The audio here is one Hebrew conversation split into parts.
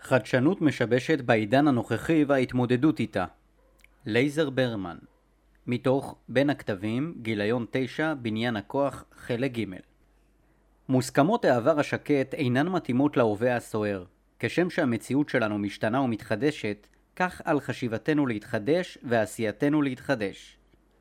חדשנות משבשת בעידן הנוכחי וההתמודדות איתה. לייזר ברמן, מתוך בין הכתבים, גיליון 9, בניין הכוח, חלק ג'. מוסכמות העבר השקט אינן מתאימות להווה הסוער. כשם שהמציאות שלנו משתנה ומתחדשת, כך על חשיבתנו להתחדש ועשייתנו להתחדש.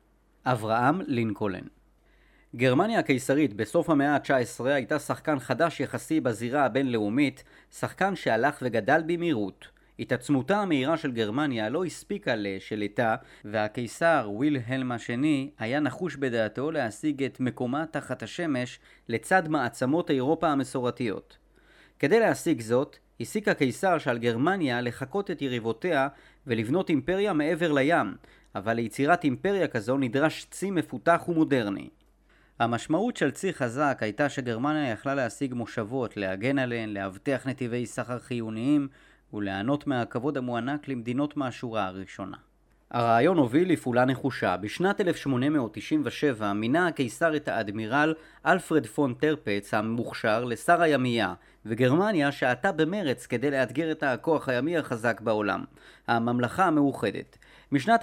אברהם לינקולן. גרמניה הקיסרית בסוף המאה ה-19 הייתה שחקן חדש יחסי בזירה הבינלאומית, שחקן שהלך וגדל במהירות. התעצמותה המהירה של גרמניה לא הספיקה לשליטה, והקיסר וילהלם השני היה נחוש בדעתו להשיג את מקומה תחת השמש לצד מעצמות אירופה המסורתיות. כדי להשיג זאת, הסיק הקיסר שעל גרמניה לחקות את יריבותיה ולבנות אימפריה מעבר לים, אבל ליצירת אימפריה כזו נדרש צי מפותח ומודרני. המשמעות של צי חזק הייתה שגרמניה יכלה להשיג מושבות, להגן עליהן, להבטח נתיבי סחר חיוניים וליהנות מהכבוד המוענק למדינות מהשורה הראשונה. הרעיון הוביל לפעולה נחושה. בשנת 1897 מינה הקיסר את האדמירל אלפרד פון טרפץ המוכשר לשר הימייה, וגרמניה שעתה במרץ כדי לאתגר את הכוח הימי החזק בעולם, הממלכה המאוחדת. משנת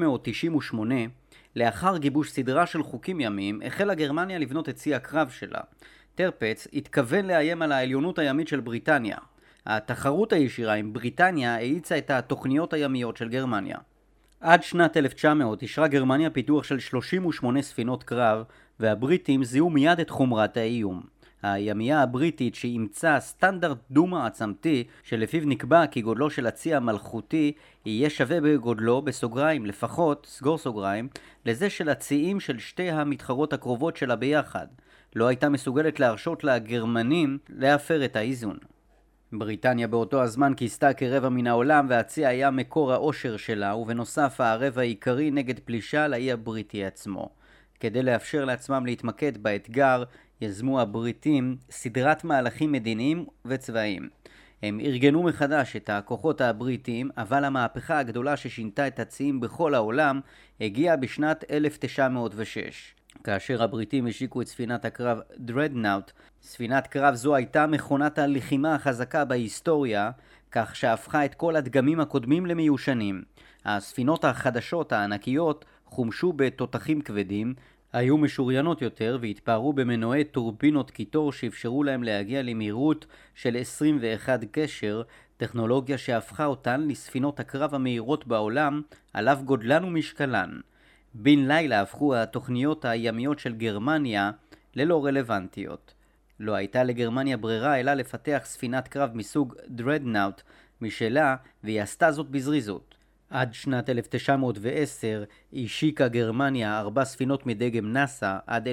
1898, לאחר גיבוש סדרה של חוקים ימיים, החלה גרמניה לבנות את צי הקרב שלה. טרפץ התכוון לאיים על העליונות הימית של בריטניה. התחרות הישירה עם בריטניה האיצה את התוכניות הימיות של גרמניה. עד שנת 1900 אישרה גרמניה פיתוח של 38 ספינות קרב, והבריטים זיהו מיד את חומרת האיום. הימייה הבריטית שאימצה סטנדרט דו-מעצמתי שלפיו נקבע כי גודלו של הצי המלכותי יהיה שווה בגודלו בסוגריים לפחות, סגור סוגריים, לזה של הציים של שתי המתחרות הקרובות שלה ביחד. לא הייתה מסוגלת להרשות לגרמנים להפר את האיזון. בריטניה באותו הזמן כיסתה כרבע מן העולם והצי היה מקור האושר שלה, ובנוסף הערב העיקרי נגד פלישה לאי הבריטי עצמו. כדי לאפשר לעצמם להתמקד באתגר, יזמו הבריטים סדרת מהלכים מדיניים וצבאיים. הם ארגנו מחדש את הכוחות הבריטיים, אבל המהפכה הגדולה ששינתה את הציים בכל העולם הגיעה בשנת 1906. כאשר הבריטים השיקו את ספינת הקרב דרדנאוט, ספינת קרב זו הייתה מכונת הלחימה החזקה בהיסטוריה, כך שהפכה את כל הדגמים הקודמים למיושנים. הספינות החדשות הענקיות חומשו בתותחים כבדים, היו משוריינות יותר והתפארו במנועי טורבינות קיטור שאפשרו להם להגיע למהירות של 21 קשר, טכנולוגיה שהפכה אותן לספינות הקרב המהירות בעולם, על אף גודלן ומשקלן. בן לילה הפכו התוכניות הימיות של גרמניה ללא רלוונטיות. לא הייתה לגרמניה ברירה אלא לפתח ספינת קרב מסוג דרדנאוט משלה, והיא עשתה זאת בזריזות. עד שנת 1910 השיקה גרמניה 4 ספינות מדגם נאסא. עד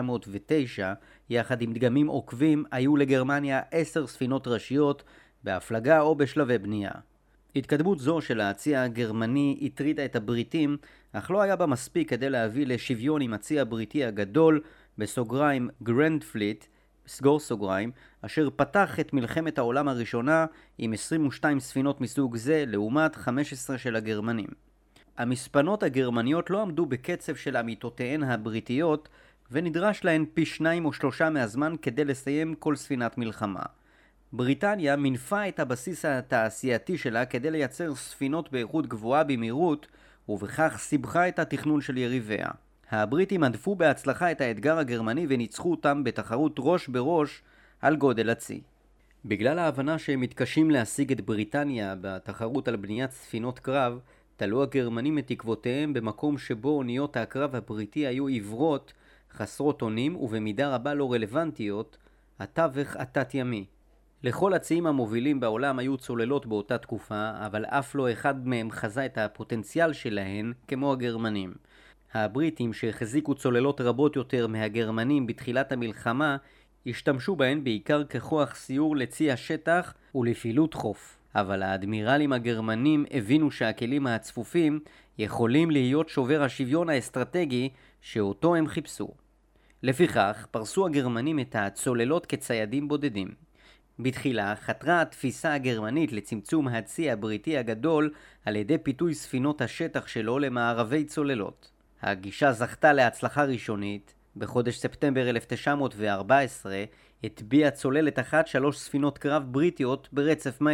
1909, יחד עם דגמים עוקבים, היו לגרמניה 10 ספינות ראשיות בהפלגה או בשלבי בנייה. התקדמות זו של הצי הגרמני הטרידה את הבריטים, אך לא היה בה מספיק כדי להביא לשוויון עם הצי הבריטי הגדול, בסוגריים גרנד פליט, סגור סוגריים, אשר פתח את מלחמת העולם הראשונה עם 22 ספינות מסוג זה לעומת 15 של הגרמנים. המספנות הגרמניות לא עמדו בקצב של עמיתותיהן הבריטיות, ונדרש להן פי 2 או 3 מהזמן כדי לסיים כל ספינת מלחמה. בריטניה מנפה את הבסיס התעשייתי שלה כדי לייצר ספינות באיכות גבוהה במהירות, ובכך סיבכה את התכנון של יריביה. הבריטים עדפו בהצלחה את האתגר הגרמני וניצחו אותם בתחרות ראש בראש על גודל הצי. בגלל ההבנה שהם מתקשים להשיג את בריטניה בתחרות על בניית ספינות קרב, תלו הגרמנים את תקוותיהם במקום שבו אוניות הקרב הבריטי היו עיוורות, חסרות אונים ובמידה רבה לא רלוונטיות, התווך התת-ימי. לכל הציים המובילים בעולם היו צוללות באותה תקופה, אבל אף לא אחד מהם חזה את הפוטנציאל שלהן כמו הגרמנים. הבריטים שהחזיקו צוללות רבות יותר מהגרמנים בתחילת המלחמה, השתמשו בהן בעיקר ככוח סיור לצי השטח ולפעילות חוף. אבל האדמירלים הגרמנים הבינו שהכלים הצפופים יכולים להיות שובר השוויון האסטרטגי שאותו הם חיפשו. לפיכך פרסו הגרמנים את הצוללות כציידים בודדים. בתחילה חתרה התפיסה הגרמנית לצמצום הצי הבריטי הגדול על ידי פיתוי ספינות השטח שלו למערבי צוללות. הגישה זכתה להצלחה ראשונית. בחודש ספטמבר 1914 הטביעה צוללת אחת 3 ספינות קרב בריטיות ברצף מהיר.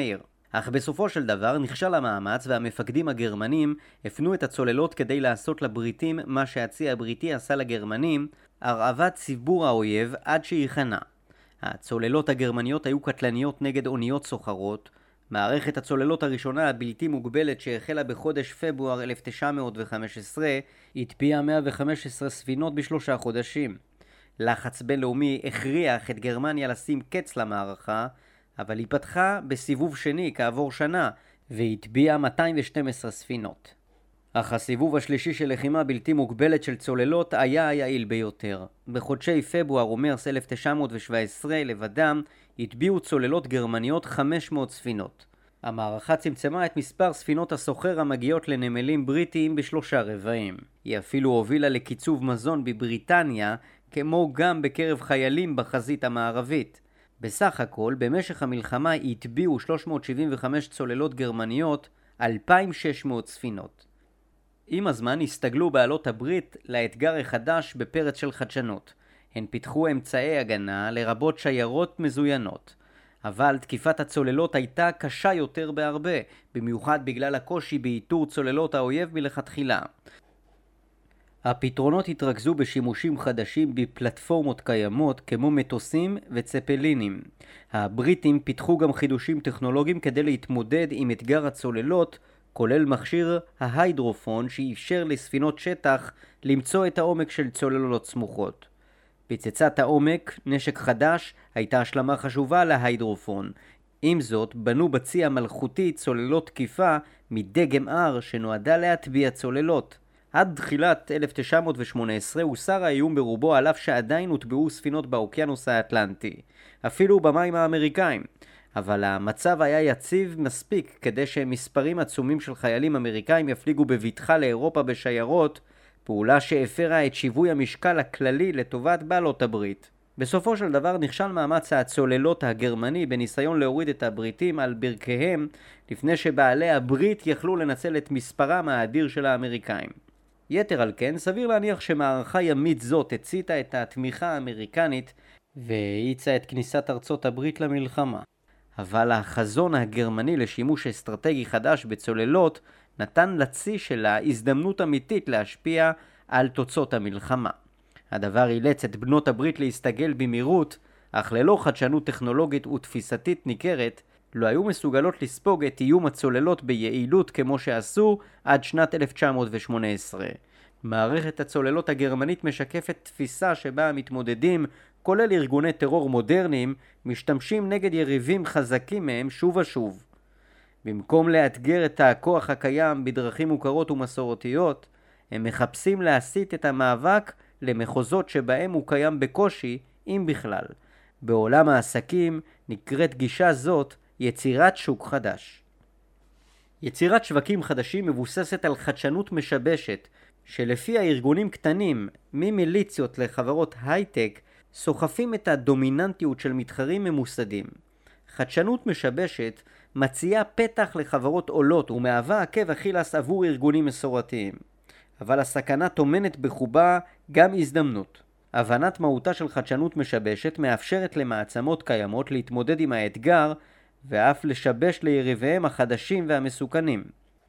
אך בסופו של דבר נכשל המאמץ והמפקדים הגרמנים הפנו את הצוללות כדי לעשות לבריטים מה שהצי הבריטי עשה לגרמנים, הרעבת ציבור האויב עד שיכנע. הצוללות הגרמניות היו קטלניות נגד אוניות סוחרות. מערכת הצוללות הראשונה הבלתי מוגבלת שהחלה בחודש פברואר 1915 הטביעה 115 ספינות ב3 חודשים. לחץ בינלאומי הכריח את גרמניה לשים קץ למערכה, אבל היא פתחה בסיבוב שני כעבור שנה והטביעה 212 ספינות. אך הסיבוב השלישי של לחימה בלתי מוגבלת של צוללות היה היעיל ביותר. בחודשי פברואר ומרס 1917 לבדם הטביעו צוללות גרמניות 500 ספינות. המערכה צמצמה את מספר ספינות הסוחר המגיעות לנמלים בריטיים ב3/4. היא אפילו הובילה לקיצוב מזון בבריטניה, כמו גם בקרב חיילים בחזית המערבית. בסך הכל, במשך המלחמה הטביעו 375 צוללות גרמניות 2,600 ספינות. עם הזמן הסתגלו בעלות הברית לאתגר החדש בפרץ של חדשנות. הן פיתחו אמצעי הגנה לרבות שיירות מזוינות. אבל תקיפת הצוללות הייתה קשה יותר בהרבה, במיוחד בגלל הקושי באיתור צוללות האויב מלכתחילה. הפתרונות התרכזו בשימושים חדשים בפלטפורמות קיימות כמו מטוסים וצפלינים. הבריטים פיתחו גם חידושים טכנולוגיים כדי להתמודד עם אתגר הצוללות, כולל מכשיר ההיידרופון שאפשר לספינות שטח למצוא את העומק של צוללות סמוכות. פצצת העומק, נשק חדש, הייתה השלמה חשובה להיידרופון. עם זאת, בנו בצי המלכותי צוללות תקיפה מדגם R שנועדה להטביע צוללות. עד תחילת 1918 הוסר האיום ברובו על אף שעדיין הוטבעו ספינות באוקיינוס האטלנטי, אפילו במים האמריקאים. אבל המצב היה יציב מספיק כדי שמספרים עצומים של חיילים אמריקאים יפליגו בבטחה לאירופה בשיירות, פעולה שהפרה את שיווי המשקל הכללי לטובת בעלות הברית. בסופו של דבר נכשל מאמץ הצוללות הגרמני בניסיון להוריד את הבריטים על ברכיהם לפני שבעלי הברית יכלו לנצל את מספרם האדיר של האמריקאים. יתר על כן, סביר להניח שמערכה ימית זאת הציתה את התמיכה האמריקנית והאיצה את כניסת ארצות הברית למלחמה. אבל החזון הגרמני לשימוש אסטרטגי חדש בצוללות נתן לצי שלה הזדמנות אמיתית להשפיע על תוצאות המלחמה. הדבר אילץ את בנות הברית להסתגל במהירות, אך ללא חדשנות טכנולוגית ותפיסתית ניכרת, לא היו מסוגלות לספוג את איום הצוללות ביעילות כמו שעשו עד שנת 1918. מערכת הצוללות הגרמנית משקפת תפיסה שבה המתמודדים, כולל ארגוני טרור מודרניים, משתמשים נגד יריבים חזקים מהם שוב ושוב. במקום לאתגר את הכוח הקיים בדרכים מוכרות ומסורתיות, הם מחפשים להסיט את המאבק למחוזות שבהם הוא קיים בקושי, אם בכלל. בעולם העסקים נקראת גישה זאת יצירת שוק חדש. יצירת שווקים חדשים מבוססת על חדשנות משבשת, שלפי הארגונים קטנים, ממיליציות לחברות הייטק, סוחפים את הדומיננטיות של מתחרים ממוסדים. חדשנות משבשת מציעה פתח לחברות עולות ומהווה עקב אכילס עבור ארגונים מסורתיים. אבל הסכנה טומנת בחובה גם הזדמנות. הבנת מהותה של חדשנות משבשת מאפשרת למעצמות קיימות להתמודד עם האתגר ואף לשבש ליריביהם החדשים והמסוכנים.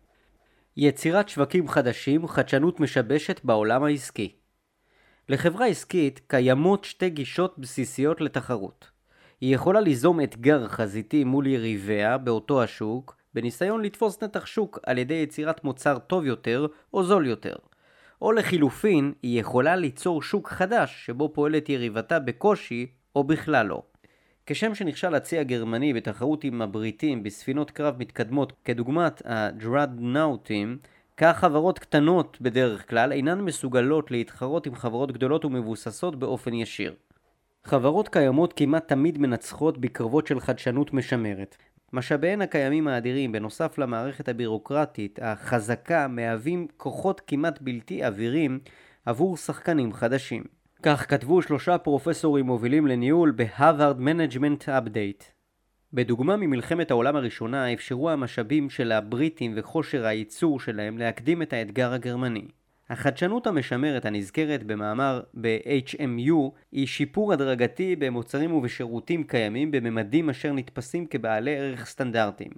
יצירת שווקים חדשים, חדשנות משבשת בעולם העסקי. לחברה עסקית קיימות שתי גישות בסיסיות לתחרות. היא יכולה ליזום אתגר חזיתי מול יריביה באותו השוק, בניסיון לתפוס נתח שוק על ידי יצירת מוצר טוב יותר או זול יותר. או לחילופין, היא יכולה ליצור שוק חדש שבו פועלת יריבתה בקושי או בכלל לא. כשם שנכשל הצי הגרמני בתחרות עם הבריטים בספינות קרב מתקדמות כדוגמת הדרדנאוטים, כך חברות קטנות בדרך כלל אינן מסוגלות להתחרות עם חברות גדולות ומבוססות באופן ישיר. חברות קיימות כמעט תמיד מנצחות בקרבות של חדשנות משמרת. משאביהן הקיימים האדירים בנוסף למערכת הבירוקרטית החזקה מהווים כוחות כמעט בלתי עבירים עבור שחקנים חדשים. כך כתבו 3 פרופסורים מובילים לניהול בהרווארד מנג'מנט אפדייט. בדוגמה ממלחמת העולם הראשונה אפשרו המשאבים של הבריטים וכושר הייצור שלהם להקדים את האתגר הגרמני. החדשנות המשמרת הנזכרת במאמר ב-HMU היא שיפור הדרגתי במוצרים ובשירותים קיימים בממדים אשר נתפסים כבעלי ערך סטנדרטיים.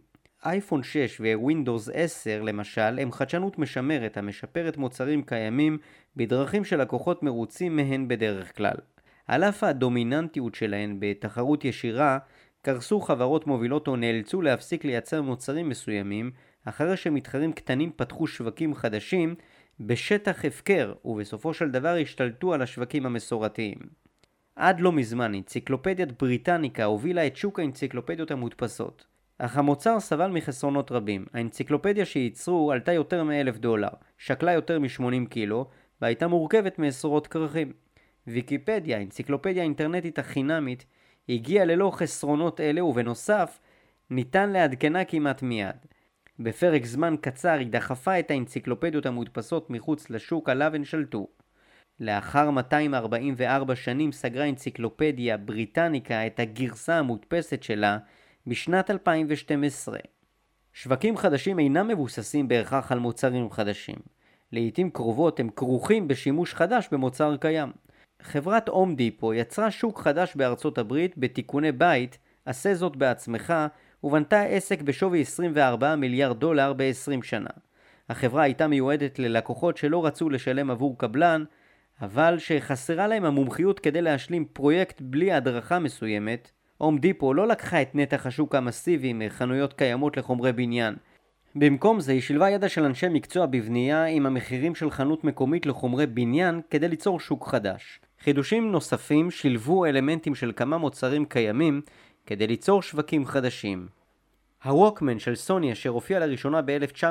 אייפון 6 ווינדוס 10 למשל הם חדשנות משמרת המשפרת מוצרים קיימים בדרכים שלקוחות מרוצים מהן בדרך כלל. על אף הדומיננטיות שלהן בתחרות ישירה, קרסו חברות מובילות או נאלצו להפסיק לייצר מוצרים מסוימים אחרי שמתחרים קטנים פתחו שווקים חדשים בשטח הפקר ובסופו של דבר השתלטו על השווקים המסורתיים. עד לא מזמן אנציקלופדיית בריטניקה הובילה את שוק האנציקלופדיות המודפסות. אך המוצר סבל מחסרונות רבים. האנציקלופדיה שייצרו עלתה יותר $1,000, שקלה יותר מ-80 קילו והייתה מורכבת מעשרות כרכים. ויקיפדיה, האנציקלופדיה האינטרנטית החינמית, הגיעה ללא חסרונות אלה ובנוסף ניתן לעדכנה כמעט מיד. בפרק זמן קצר היא דחפה את האנציקלופדיות המודפסות מחוץ לשוק עליו הן שלטו. לאחר 244 שנים סגרה אנציקלופדיה בריטניקה את הגרסה המודפסת שלה בשנת 2012. שווקים חדשים אינם מבוססים בהכרח על מוצרים חדשים. לעתים קרובות הם כרוכים בשימוש חדש במוצר קיים. חברת הום דיפו יצרה שוק חדש בארצות הברית בתיקוני בית, עשה זאת בעצמך, ובנתה עסק בשווי $24 מיליארד ב-20 שנה. החברה הייתה מיועדת ללקוחות שלא רצו לשלם עבור קבלן, אבל שחסרה להם המומחיות כדי להשלים פרויקט בלי הדרכה מסוימת. הום דיפו לא לקחה את נתח השוק המסיבי מחנויות קיימות לחומרי בניין. במקום זה היא שילבה ידע של אנשי מקצוע בבנייה עם המחירים של חנות מקומית לחומרי בניין כדי ליצור שוק חדש. חידושים נוספים שילבו אלמנטים של כמה מוצרים קיימים כדי ליצור שווקים חדשים. הווקמן של סוני אשר הופיע לראשונה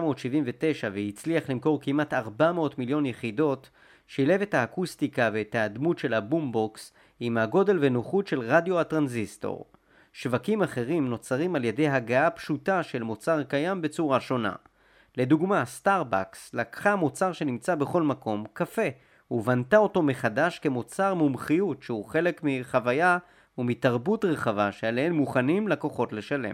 ב-1979 והצליח למכור כמעט 400 מיליון יחידות, שילב את האקוסטיקה ואת הדמות של הבומבוקס עם הגודל ונוחות של רדיו הטרנזיסטור. שווקים אחרים נוצרים על ידי הגעה פשוטה של מוצר קיים בצורה שונה. לדוגמה, סטארבקס לקחה מוצר שנמצא בכל מקום, קפה, ובנתה אותו מחדש כמוצר מומחיות שהוא חלק מחוויה ומתרבות רחבה שעליהן מוכנים לקוחות לשלם.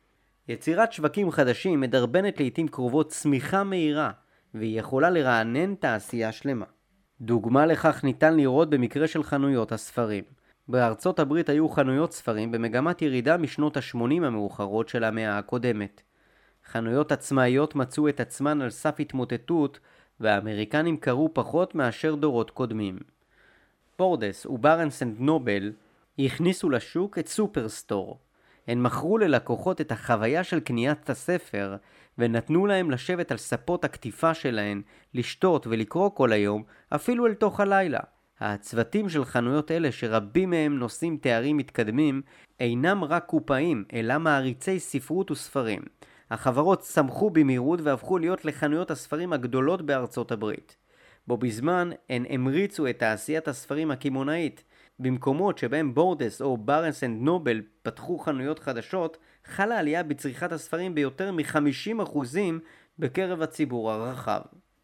יצירת שווקים חדשים מדרבנת לעתים קרובות צמיחה מהירה, והיא יכולה לרענן תעשייה שלמה. דוגמה לכך ניתן לראות במקרה של חנויות הספרים. בארצות הברית היו חנויות ספרים במגמת ירידה משנות ה-80 המאוחרות של המאה הקודמת. חנויות עצמאיות מצאו את עצמן על סף התמוטטות, והאמריקנים קראו פחות מאשר דורות קודמים. בורדס ובארנס אנד נובל הכניסו לשוק את סופרסטור. הן מכרו ללקוחות את החוויה של קניית הספר, ונתנו להם לשבת על ספות הכתיפה שלהן, לשתות ולקרוא כל היום, אפילו אל תוך הלילה. הצוותים של חנויות אלה שרבים מהם נושאים תארים מתקדמים, אינם רק קופאים, אלא מעריצי ספרות וספרים. החברות צמחו במהירות והפכו להיות לחנויות הספרים הגדולות בארצות הברית. בו בזמן הן המריצו את תעשיית הספרים הקמעונאית. במקומות שבהם בורדס או בארנס אנד נובל פתחו חנויות חדשות, חלה עלייה בצריכת הספרים ביותר מ-50% בקרב הציבור הרחב.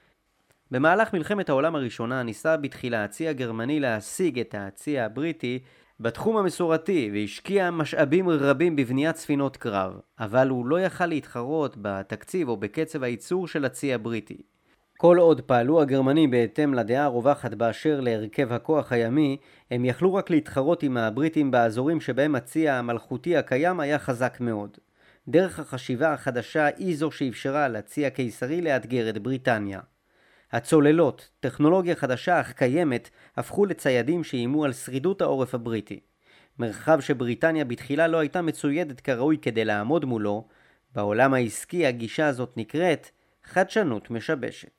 במהלך מלחמת העולם הראשונה ניסה בתחילה הצי הגרמני להשיג את הצי הבריטי בתחום המסורתי והשקיע משאבים רבים בבניית ספינות קרב, אבל הוא לא יכל להתחרות בתקציב או בקצב הייצור של הצי הבריטי. כל עוד פעלו הגרמנים בהתאם לדעה הרווחת באשר להרכב הכוח הימי, הם יכלו רק להתחרות עם הבריטים באזורים שבהם הצי המלכותי הקיים היה חזק מאוד. דרך החשיבה החדשה היא זו שאפשרה לצי הקיסרי לאתגר את בריטניה. הצוללות, טכנולוגיה חדשה אך קיימת, הפכו לציידים שאיימו על שרידות העורף הבריטי. מרחב שבריטניה בתחילה לא הייתה מצוידת כראוי כדי לעמוד מולו, בעולם העסקי הגישה הזאת נקראת חדשנות משבשת.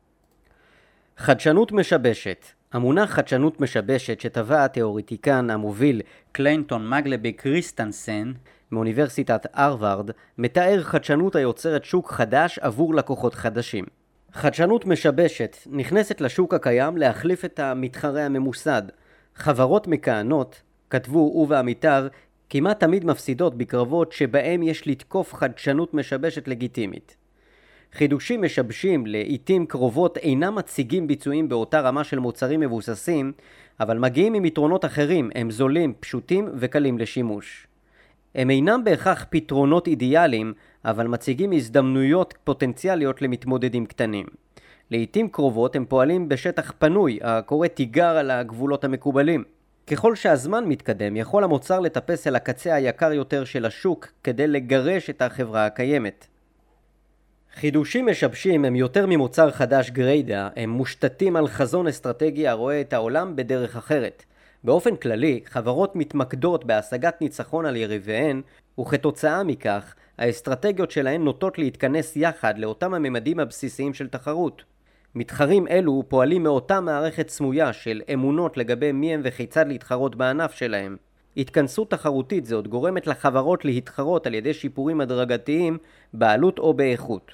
חדשנות משבשת. המונח חדשנות משבשת שטבע התיאורטיקן המוביל קליינטון מגלבי קריסטנסן מאוניברסיטת הרווארד מתאר חדשנות היוצרת שוק חדש עבור לקוחות חדשים. חדשנות משבשת נכנסת לשוק הקיים להחליף את המתחרה הממוסד. חברות מכהנות, כתבו הוא ועמיתיו, כמעט תמיד מפסידות בקרבות שבהם יש לתקוף חדשנות משבשת לגיטימית. חידושים משבשים לעתים קרובות אינם מציגים ביצועים באותה רמה של מוצרים מבוססים, אבל מגיעים עם יתרונות אחרים, הם זולים, פשוטים וקלים לשימוש. הם אינם בהכרח פתרונות אידיאליים, אבל מציגים הזדמנויות פוטנציאליות למתמודדים קטנים. לעתים קרובות הם פועלים בשטח פנוי, הקורא תיגר על הגבולות המקובלים. ככל שהזמן מתקדם, יכול המוצר לטפס אל הקצה היקר יותר של השוק כדי לגרש את החברה הקיימת. חידושים משבשים הם יותר ממוצר חדש גריידה, הם מושתתים על חזון אסטרטגי הרואה את העולם בדרך אחרת. באופן כללי, חברות מתמקדות בהשגת ניצחון על יריביהן, וכתוצאה מכך, האסטרטגיות שלהן נוטות להתכנס יחד לאותם הממדים הבסיסיים של תחרות. מתחרים אלו פועלים מאותה מערכת סמויה של אמונות לגבי מי הם וכיצד להתחרות בענף שלהם. התכנסות תחרותית זאת גורמת לחברות להתחרות על ידי שיפורים הדרגתיים בעלות או באיכות.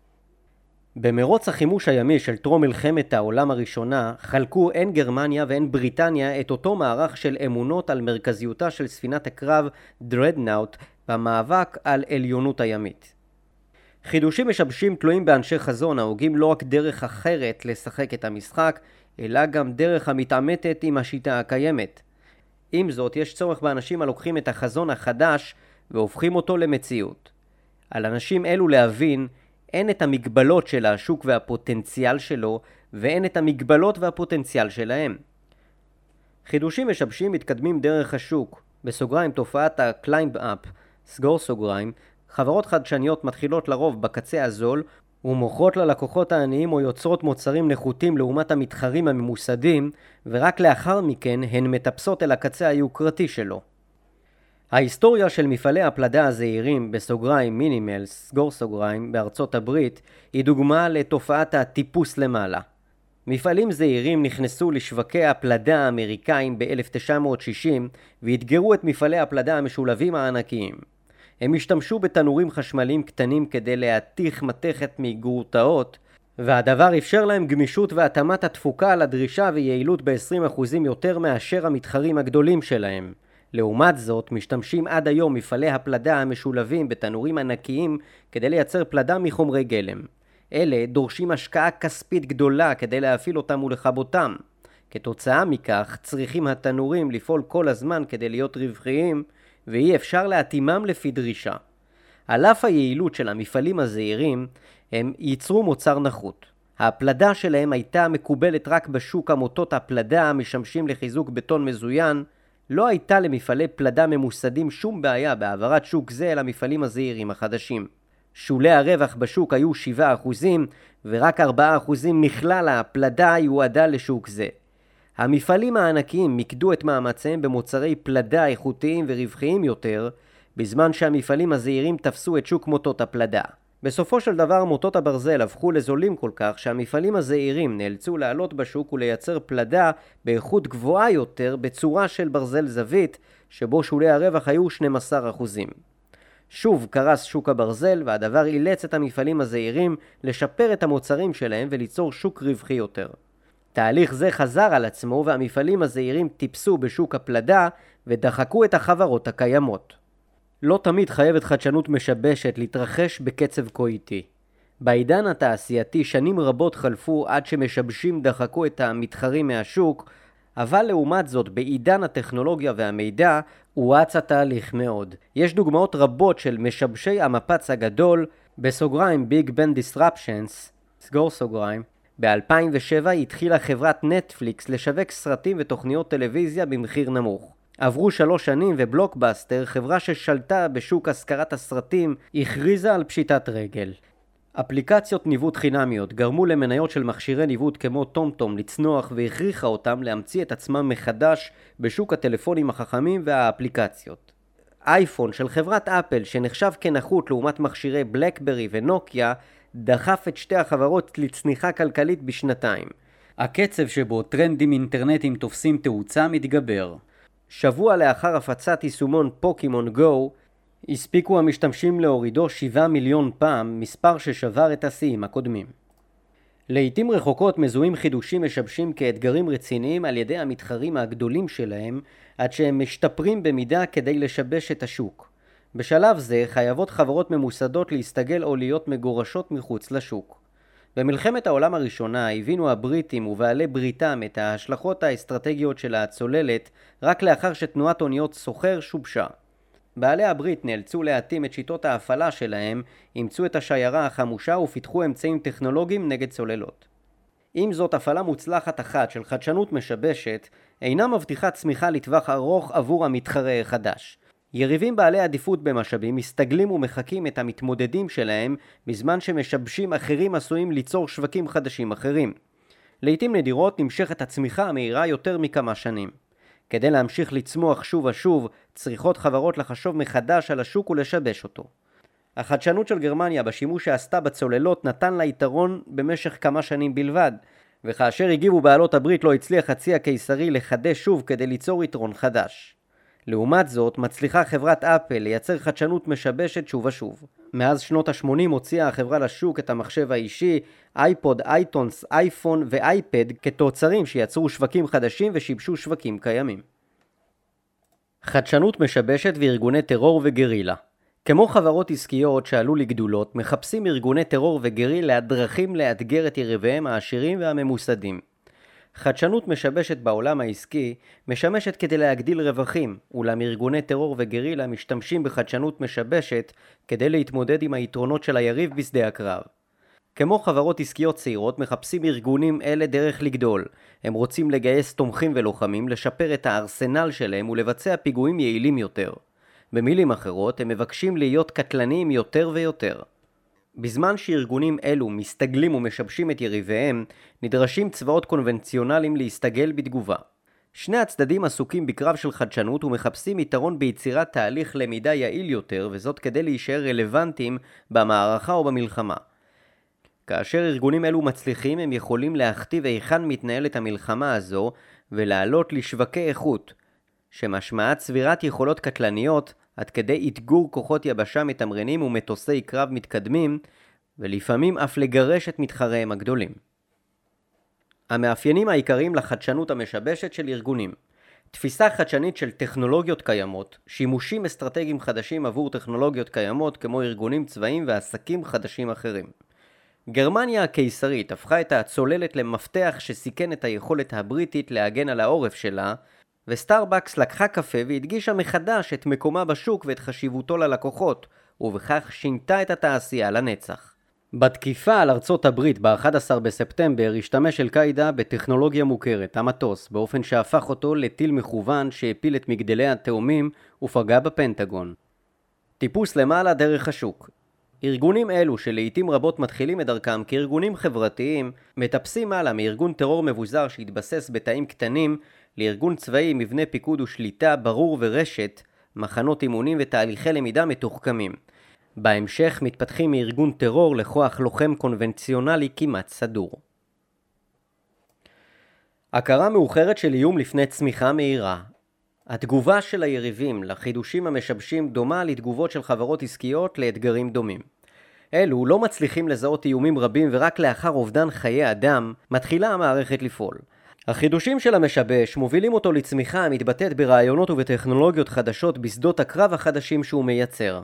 במרוץ החימוש הימי של טרום מלחמת העולם הראשונה חלקו הן גרמניה והן בריטניה את אותו מערך של אמונות על מרכזיותה של ספינת הקרב דרדנאוט במאבק על עליונות הימית. חידושים משבשים תלויים באנשי חזון ההוגים לא רק דרך אחרת לשחק את המשחק, אלא גם דרך המתעמתת עם השיטה הקיימת. עם זאת, יש צורך באנשים הלוקחים את החזון החדש והופכים אותו למציאות. על אנשים אלו להבין, אין את המגבלות של השוק והפוטנציאל שלו, ואין את המגבלות והפוטנציאל שלהם. חידושים משבשים מתקדמים דרך השוק, בסוגריים תופעת ה-climb up, סגור סוגריים, חברות חדשניות מתחילות לרוב בקצה הזול, ומוכרות ללקוחות העניים או יוצרות מוצרים נחותים לעומת המתחרים הממוסדים, ורק לאחר מכן הן מטפסות אל הקצה היוקרתי שלו. ההיסטוריה של מפעלי הפלדה הזעירים בסוגריים מינימלס, סגור סוגריים, בארצות הברית, היא דוגמה לתופעת הטיפוס למעלה. מפעלים זעירים נכנסו לשווקי הפלדה האמריקאים ב-1960 והתגרו את מפעלי הפלדה המשולבים הענקיים. הם השתמשו בתנורים חשמליים קטנים כדי להתיך מתכת מגרוטאות, והדבר אפשר להם גמישות והתאמת התפוקה לדרישה ויעילות ב-20% יותר מאשר המתחרים הגדולים שלהם. לעומת זאת, משתמשים עד היום מפעלי הפלדה המשולבים בתנורים ענקיים כדי לייצר פלדה מחומרי גלם. אלה דורשים השקעה כספית גדולה כדי להפעיל אותם ולכבותם. כתוצאה מכך, צריכים התנורים לפעול כל הזמן כדי להיות רווחיים, ואי אפשר להתאימם לפי דרישה. על אף היעילות של המפעלים הזעירים, הם ייצרו מוצר נחות. הפלדה שלהם הייתה מקובלת רק בשוק המוטות הפלדה המשמשים לחיזוק בטון מזוין, לא הייתה למפעלי פלדה ממוסדים שום בעיה בהעברת שוק זה אל המפעלים הזעירים החדשים. שולי הרווח בשוק היו 7%, ורק 4% מכלל הפלדה יועדה לשוק זה. המפעלים הענקיים מיקדו את מאמציהם במוצרי פלדה איכותיים ורווחיים יותר, בזמן שהמפעלים הזעירים תפסו את שוק מוטות הפלדה. בסופו של דבר מוטות הברזל הפכו לזולים כל כך שהמפעלים הזעירים נאלצו לעלות בשוק ולייצר פלדה באיכות גבוהה יותר בצורה של ברזל זווית, שבו שולי הרווח היו 12%. שוב קרס שוק הברזל, והדבר אילץ את המפעלים הזעירים לשפר את המוצרים שלהם וליצור שוק רווחי יותר. תהליך זה חזר על עצמו והמפעלים הזעירים טיפסו בשוק הפלדה ודחקו את החברות הקיימות. לא תמיד חייבת חדשנות משבשת להתרחש בקצב כה איטי. בעידן התעשייתי שנים רבות חלפו עד שמשבשים דחקו את המתחרים מהשוק, אבל לעומת זאת בעידן הטכנולוגיה והמידע הואץ התהליך מאוד. יש דוגמאות רבות של משבשי המפץ הגדול, בסוגריים Big Bang Disruptions, סגור סוגריים. ב-2007 התחילה חברת נטפליקס לשווק סרטים ותוכניות טלוויזיה במחיר נמוך. עברו 3 שנים ובלוקבאסטר, חברה ששלטה בשוק השכרת הסרטים, הכריזה על פשיטת רגל. אפליקציות ניווט חינמיות גרמו למניות של מכשירי ניווט כמו טומטום לצנוח והכריחה אותם להמציא את עצמם מחדש בשוק הטלפונים החכמים והאפליקציות. אייפון של חברת אפל שנחשב כנחות לעומת מכשירי בלקברי ונוקיה דחף את שתי החברות לצניחה כלכלית בשנתיים. הקצב שבו טרנדים אינטרנטיים תופסים תאוצה מתגבר. שבוע לאחר הפצת יישומון פוקימון גו, הספיקו המשתמשים להורידו 7 מיליון פעם, מספר ששבר את השיאים הקודמים. לעתים רחוקות מזוהים חידושים משבשים כאתגרים רציניים על ידי המתחרים הגדולים שלהם, עד שהם משתפרים במידה כדי לשבש את השוק. בשלב זה חייבות חברות ממוסדות להסתגל או להיות מגורשות מחוץ לשוק. במלחמת העולם הראשונה הבינו הבריטים ובעלי בריתם את ההשלכות האסטרטגיות של הצוללת רק לאחר שתנועת אוניות סוחר שובשה. בעלי הברית נאלצו להתאים את שיטות ההפעלה שלהם, אימצו את השיירה החמושה ופיתחו אמצעים טכנולוגיים נגד צוללות. עם זאת, הפעלה מוצלחת אחת של חדשנות משבשת אינה מבטיחה צמיחה לטווח ארוך עבור המתחרה החדש. יריבים בעלי עדיפות במשאבים מסתגלים ומחקים את המתמודדים שלהם בזמן שמשבשים אחרים עשויים ליצור שווקים חדשים אחרים. לעתים נדירות נמשכת הצמיחה המהירה יותר מכמה שנים. כדי להמשיך לצמוח שוב ושוב, צריכות חברות לחשוב מחדש על השוק ולשבש אותו. החדשנות של גרמניה בשימוש שעשתה בצוללות נתן לה יתרון במשך כמה שנים בלבד, וכאשר הגיבו בעלות הברית לא הצליח הצי הקיסרי לחדש שוב כדי ליצור יתרון חדש. לעומת זאת, מצליחה חברת אפל לייצר חדשנות משבשת שוב ושוב. מאז שנות ה-80 הוציאה החברה לשוק את המחשב האישי, אייפוד, אייטונס, אייפון ואייפד כתוצרים שיצרו שווקים חדשים ושיבשו שווקים קיימים. חדשנות משבשת וארגוני טרור וגרילה. כמו חברות עסקיות שעלו לגדולות, מחפשים ארגוני טרור וגרילה דרכים לאתגר את יריביהם העשירים והממוסדים. חדשנות משבשת בעולם העסקי משמשת כדי להגדיל רווחים, אולם ארגוני טרור וגרילה משתמשים בחדשנות משבשת כדי להתמודד עם היתרונות של היריב בשדה הקרב. כמו חברות עסקיות צעירות מחפשים ארגונים אלה דרך לגדול. הם רוצים לגייס תומכים ולוחמים, לשפר את הארסנל שלהם ולבצע פיגועים יעילים יותר. במילים אחרות, הם מבקשים להיות קטלניים יותר ויותר. בזמן שארגונים אלו מסתגלים ומשבשים את יריביהם, נדרשים צבאות קונבנציונליים להסתגל בתגובה. שני הצדדים עסוקים בקרב של חדשנות ומחפשים יתרון ביצירת תהליך למידה יעיל יותר, וזאת כדי להישאר רלוונטיים במערכה או במלחמה. כאשר ארגונים אלו מצליחים, הם יכולים להכתיב היכן מתנהלת המלחמה הזו ולעלות לשווקי איכות, שמשמעת צבירת יכולות קטלניות עד כדי אתגור כוחות יבשה מתמרנים ומטוסי קרב מתקדמים, ולפעמים אף לגרש את מתחריהם הגדולים. המאפיינים העיקריים לחדשנות המשבשת של ארגונים: תפיסה חדשנית של טכנולוגיות קיימות, שימושים אסטרטגיים חדשים עבור טכנולוגיות קיימות כמו ארגונים צבאיים ועסקים חדשים אחרים. גרמניה הקיסרית הפכה את הצוללת למפתח שסיכן את היכולת הבריטית להגן על העורף שלה, וסטארבקס לקחה קפה והדגישה מחדש את מקומה בשוק ואת חשיבותו ללקוחות, ובכך שינתה את התעשייה לנצח. בתקיפה על ארצות הברית ב-11 בספטמבר השתמש אל-קאעידה בטכנולוגיה מוכרת, המטוס, באופן שהפך אותו לטיל מכוון שהפיל את מגדלי התאומים ופגע בפנטגון. טיפוס למעלה דרך השוק. ארגונים אלו שלעיתים רבות מתחילים את דרכם כארגונים חברתיים, מטפסים מעלה מארגון טרור מבוזר שהתבסס בתאים קטנים לארגון צבאי עם מבנה פיקוד ושליטה ברור ורשת, מחנות אימונים ותהליכי למידה מתוחכמים. בהמשך מתפתחים מארגון טרור לכוח לוחם קונבנציונלי כמעט סדור. הכרה מאוחרת של איום לפני צמיחה מהירה. התגובה של היריבים לחידושים המשבשים דומה לתגובות של חברות עסקיות לאתגרים דומים. אלו לא מצליחים לזהות איומים רבים ורק לאחר אובדן חיי אדם מתחילה המערכת לפעול. החידושים של המשבש מובילים אותו לצמיחה המתבטאת ברעיונות ובטכנולוגיות חדשות בשדות הקרב החדשים שהוא מייצר.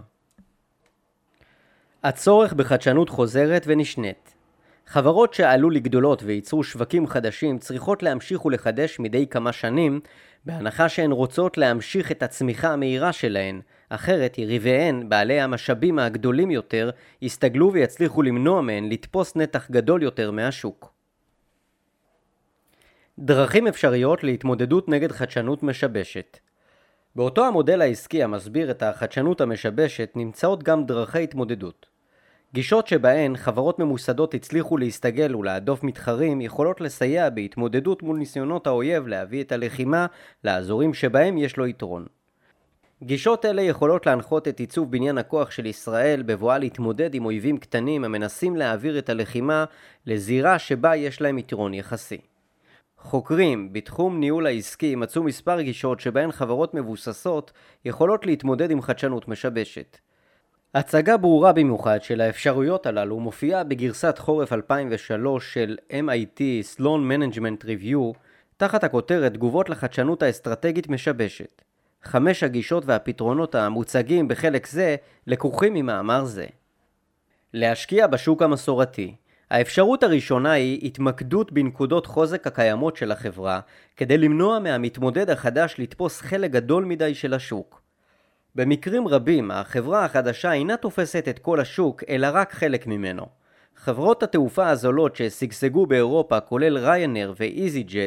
הצורך בחדשנות חוזרת ונשנית. חברות שעלו לגדולות וייצרו שווקים חדשים צריכות להמשיך ולחדש מדי כמה שנים, בהנחה שהן רוצות להמשיך את הצמיחה המהירה שלהן, אחרת יריביהן, בעלי המשאבים הגדולים יותר, יסתגלו ויצליחו למנוע מהן לתפוס נתח גדול יותר מהשוק. דרכים אפשריות להתמודדות נגד חדשנות משבשת. באותו המודל העסקי המסביר את החדשנות המשבשת נמצאות גם דרכי התמודדות. גישות שבהן חברות ממוסדות הצליחו להסתגל ולהדוף מתחרים יכולות לסייע בהתמודדות מול ניסיונות האויב להביא את הלחימה לאזורים שבהם יש לו יתרון. גישות אלה יכולות להנחות את עיצוב בניין הכוח של ישראל בבואה להתמודד עם אויבים קטנים המנסים להעביר את הלחימה לזירה שבה יש להם יתרון יחסי. חוקרים בתחום ניהול העסקי מצאו מספר גישות שבהן חברות מבוססות יכולות להתמודד עם חדשנות משבשת. הצגה ברורה במיוחד של האפשרויות הללו מופיעה בגרסת חורף 2003 של MIT Sloan Management Review תחת הכותרת תגובות לחדשנות האסטרטגית משבשת. 5 הגישות והפתרונות המוצגים בחלק זה לקוחים ממאמר זה. להשקיע בשוק המסורתי. האפשרות הראשונה היא התמקדות בנקודות חוזק הקיימות של החברה כדי למנוע מהמתמודד החדש לתפוס חלק גדול מדי של השוק. במקרים רבים החברה החדשה אינה תופסת את כל השוק אלא רק חלק ממנו. חברות התעופה הזולות ששגשגו באירופה כולל ריינר ואיזי ג'ט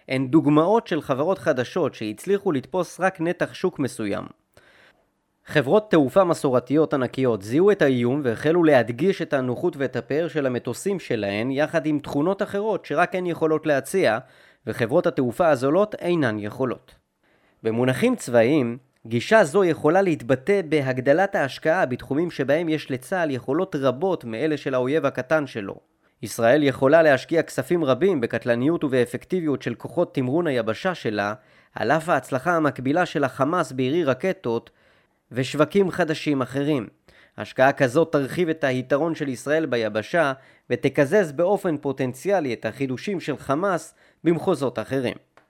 הן דוגמאות של חברות חדשות שהצליחו לתפוס רק נתח שוק מסוים. חברות תעופה מסורתיות ענקיות זיהו את האיום והחלו להדגיש את הנוחות ואת הפאר של המטוסים שלהן יחד עם תכונות אחרות שרק הן יכולות להציע, וחברות התעופה הזולות אינן יכולות. במונחים צבאיים, גישה זו יכולה להתבטא בהגדלת ההשקעה בתחומים שבהם יש לצה"ל יכולות רבות מאלה של האויב הקטן שלו. ישראל יכולה להשקיע כספים רבים בקטלניות ובאפקטיביות של כוחות תמרון היבשה שלה, על אף ההצלחה המקבילה של החמאס בירי רקטות ושווקים חדשים אחרים. השקעה כזאת תרחיב את היתרון של ישראל ביבשה ותקזז באופן פוטנציאלי את החידושים של חמאס במחוזות אחרים.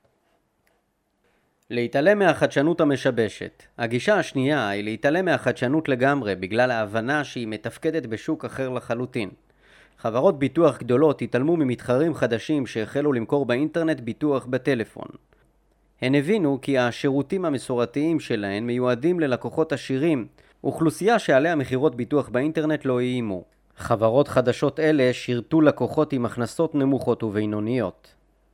להתעלם מהחדשנות המשבשת. הגישה השנייה היא להתעלם מהחדשנות לגמרי בגלל ההבנה שהיא מתפקדת בשוק אחר לחלוטין. חברות ביטוח גדולות התעלמו ממתחרים חדשים שהחלו למכור באינטרנט ביטוח בטלפון. הן הבינו כי השירותים המסורתיים שלהן מיועדים ללקוחות עשירים, אוכלוסייה שעליה מחירות ביטוח באינטרנט לא איימו. חברות חדשות אלה שירתו לקוחות עם הכנסות נמוכות ובינוניות.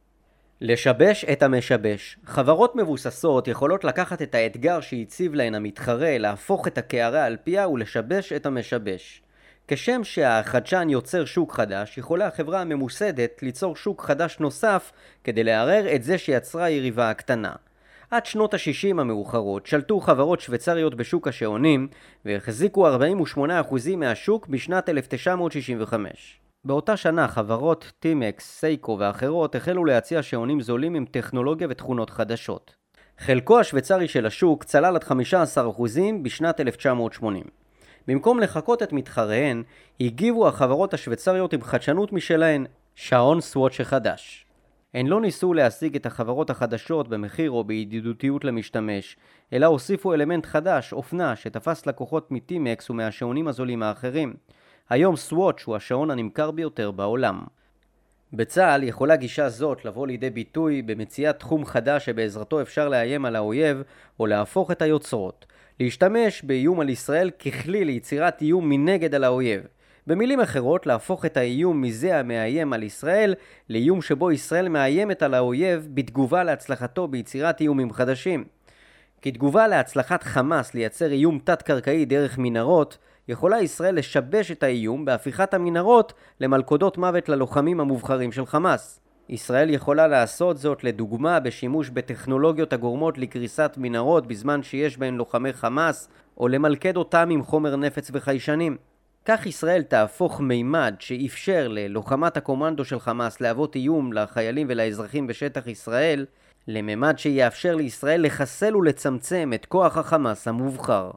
לשבש את המשבש. חברות מבוססות יכולות לקחת את האתגר שהציב להן המתחרה, להפוך את הקערה על פיה ולשבש את המשבש. כשם שהחדשן יוצר שוק חדש, יכולה החברה הממוסדת ליצור שוק חדש נוסף כדי לערער את זה שיצרה יריבה הקטנה. עד שנות ה-60 המאוחרות שלטו חברות שוויצריות בשוק השעונים והחזיקו 48% מהשוק בשנת 1965. באותה שנה חברות טימקס, סייקו ואחרות החלו להציע שעונים זולים עם טכנולוגיה ותכונות חדשות. חלקו השוויצרי של השוק צלל עד 15% בשנת 1980. במקום לחכות את מתחריהן, הגיבו החברות השוויצריות עם חדשנות משלהן, שעון סוואץ' חדש. הן לא ניסו להשיג את החברות החדשות במחיר או בידידותיות למשתמש, אלא הוסיפו אלמנט חדש, אופנה, שתפס לקוחות מטימקס ומהשעונים הזולים האחרים. היום סוואץ' הוא השעון הנמכר ביותר בעולם. בצה"ל יכולה גישה זאת לבוא לידי ביטוי במציאת תחום חדש שבעזרתו אפשר לאיים על האויב או להפוך את היוצרות. להשתמש באיום על ישראל ככלי ליצירת איום מנגד על האויב. במילים אחרות, להפוך את האיום מזה המאיים על ישראל לאיום שבו ישראל מאיימת על האויב בתגובה להצלחתו ביצירת איומים חדשים. כתגובה להצלחת חמאס לייצר איום תת-קרקעי דרך מנהרות, יכולה ישראל לשבש את האיום בהפיכת המנהרות למלכודות מוות ללוחמים המובחרים של חמאס. ישראל יכולה לעשות זאת לדוגמה בשימוש בטכנולוגיות הגורמות לקריסת מנהרות בזמן שיש בהן לוחמי חמאס, או למלכד אותם עם חומר נפץ וחיישנים. כך ישראל תהפוך מימד שאפשר ללוחמת הקומנדו של חמאס להוות איום לחיילים ולאזרחים בשטח ישראל, לממד שיאפשר לישראל לחסל ולצמצם את כוח החמאס המובחר.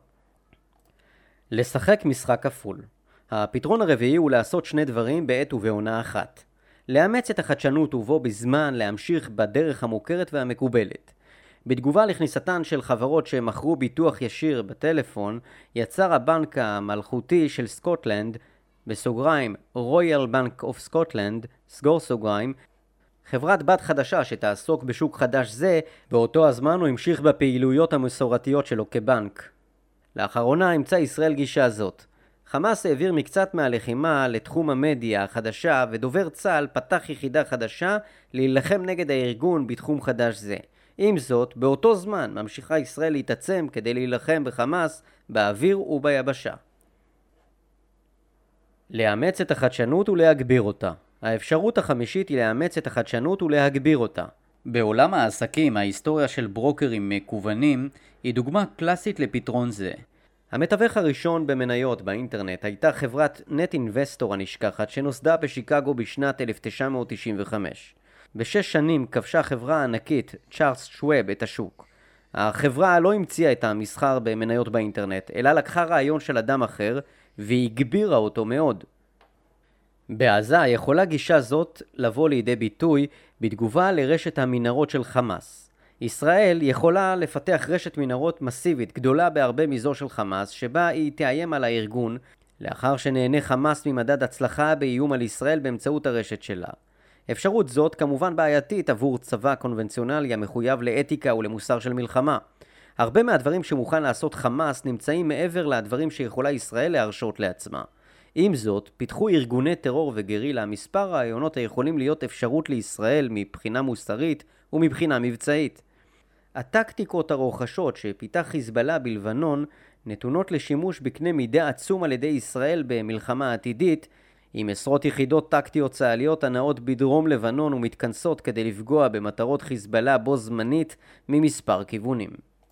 לשחק משחק כפול. הפתרון הרביעי הוא לעשות שני דברים בעת ובעונה אחת. לאמץ את החדשנות ובו בזמן להמשיך בדרך המוכרת והמקובלת. בתגובה לכניסתן של חברות שמכרו ביטוח ישיר בטלפון, יצר הבנק המלכותי של סקוטלנד, בסוגריים רויאל בנק אוף סקוטלנד, סגור סוגריים, חברת בת חדשה שתעסוק בשוק חדש זה, באותו הזמן הוא המשיך בפעילויות המסורתיות שלו כבנק. לאחרונה ימצא ישראל גישה זאת. חמאס העביר מקצת מהלחימה לתחום המדיה החדשה, ודובר צה"ל פתח יחידה חדשה להילחם נגד הארגון בתחום חדש זה. עם זאת, באותו זמן ממשיכה ישראל להתעצם כדי להילחם בחמאס באוויר וביבשה. לאמץ את החדשנות ולהגביר אותה. האפשרות החמישית היא לאמץ את החדשנות ולהגביר אותה. בעולם העסקים, ההיסטוריה של ברוקרים מקוונים היא דוגמה קלאסית לפתרון זה. המתווך הראשון במניות באינטרנט הייתה חברת נט אינבסטור הנשכחת שנוסדה בשיקגו בשנת 1995. בשש שנים כבשה חברה ענקית, צ'ארלס שווב, את השוק. החברה לא המציאה את המסחר במניות באינטרנט, אלא לקחה רעיון של אדם אחר והגבירה אותו מאוד. בעזה יכולה גישה זאת לבוא לידי ביטוי בתגובה לרשת המנהרות של חמאס. ישראל יכולה לפתח רשת מנהרות מסיבית גדולה בהרבה מזו של חמאס, שבה היא תאיים על הארגון, לאחר שנהנה חמאס ממדד הצלחה באיום על ישראל באמצעות הרשת שלה. אפשרות זאת כמובן בעייתית עבור צבא קונבנציונלי המחויב לאתיקה ולמוסר של מלחמה. הרבה מהדברים שמוכן לעשות חמאס נמצאים מעבר לדברים שיכולה ישראל להרשות לעצמה. עם זאת, פיתחו ארגוני טרור וגרילה מספר רעיונות היכולים להיות אפשרות לישראל מבחינה מוסרית ומבחינה מבצעית. הטקטיקות הרוחשות שפיתח חיזבאללה בלבנון נתונות לשימוש בקנה מידה עצום על ידי ישראל במלחמה עתידית, עם עשרות יחידות טקטיות צה"ליות הנעות בדרום לבנון ומתכנסות כדי לפגוע במטרות חיזבאללה בו זמנית ממספר כיוונים.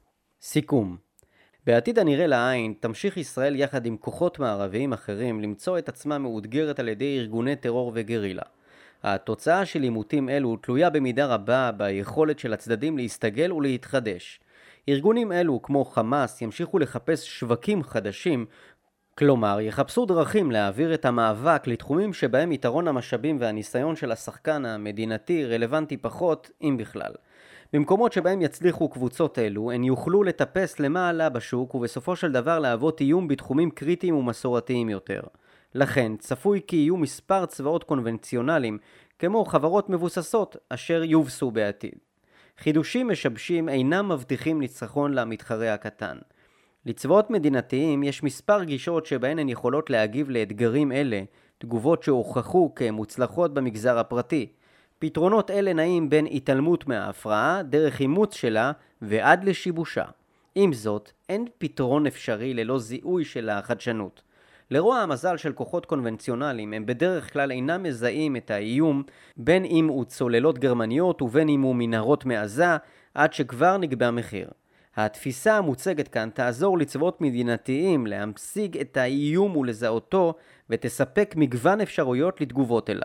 סיכום: בעתיד הנראה לעין תמשיך ישראל יחד עם כוחות מערביים אחרים למצוא את עצמה מאותגרת על ידי ארגוני טרור וגרילה. התוצאה של עימותים אלו תלויה במידה רבה ביכולת של הצדדים להסתגל ולהתחדש. ארגונים אלו כמו חמאס ימשיכו לחפש שווקים חדשים, כלומר יחפשו דרכים להעביר את המאבק לתחומים שבהם יתרון המשאבים והניסיון של השחקן המדינתי רלוונטי פחות, אם בכלל. במקומות שבהם יצליחו קבוצות אלו, הן יוכלו לטפס למעלה בשוק ובסופו של דבר להוות איום בתחומים קריטיים ומסורתיים יותר. לכן צפוי כי יהיו מספר צבאות קונבנציונליים כמו חברות מבוססות אשר יובסו בעתיד. חידושים משבשים אינם מבטיחים ניצחון למתחרה הקטן. לצבאות מדינתיים יש מספר גישות שבהן הן יכולות להגיב לאתגרים אלה, תגובות שהוכחו כמוצלחות במגזר הפרטי. פתרונות אלה נעים בין התעלמות מההפרעה, דרך אימוץ שלה ועד לשיבושה. עם זאת, אין פתרון אפשרי ללא זיהוי של החדשנות. לרוע המזל של כוחות קונבנציונליים, הם בדרך כלל אינם מזהים את האיום, בין אם הוא צוללות גרמניות ובין אם הוא מנהרות מעזה, עד שכבר נקבע מחיר. התפיסה המוצגת כאן תעזור לצבאות מדינתיים להמשיג את האיום ולזהותו ותספק מגוון אפשרויות לתגובות אליו.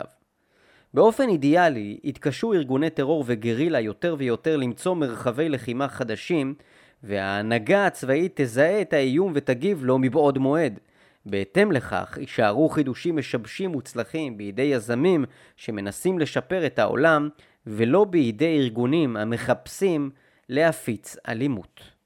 באופן אידיאלי, יתקשו ארגוני טרור וגרילה יותר ויותר למצוא מרחבי לחימה חדשים, וההנהגה הצבאית תזהה את האיום ותגיב לו מבעוד מועד. בהתאם לכך, יישארו חידושים משבשים מוצלחים בידי יזמים שמנסים לשפר את העולם, ולא בידי ארגונים המחפשים להפיץ אלימות.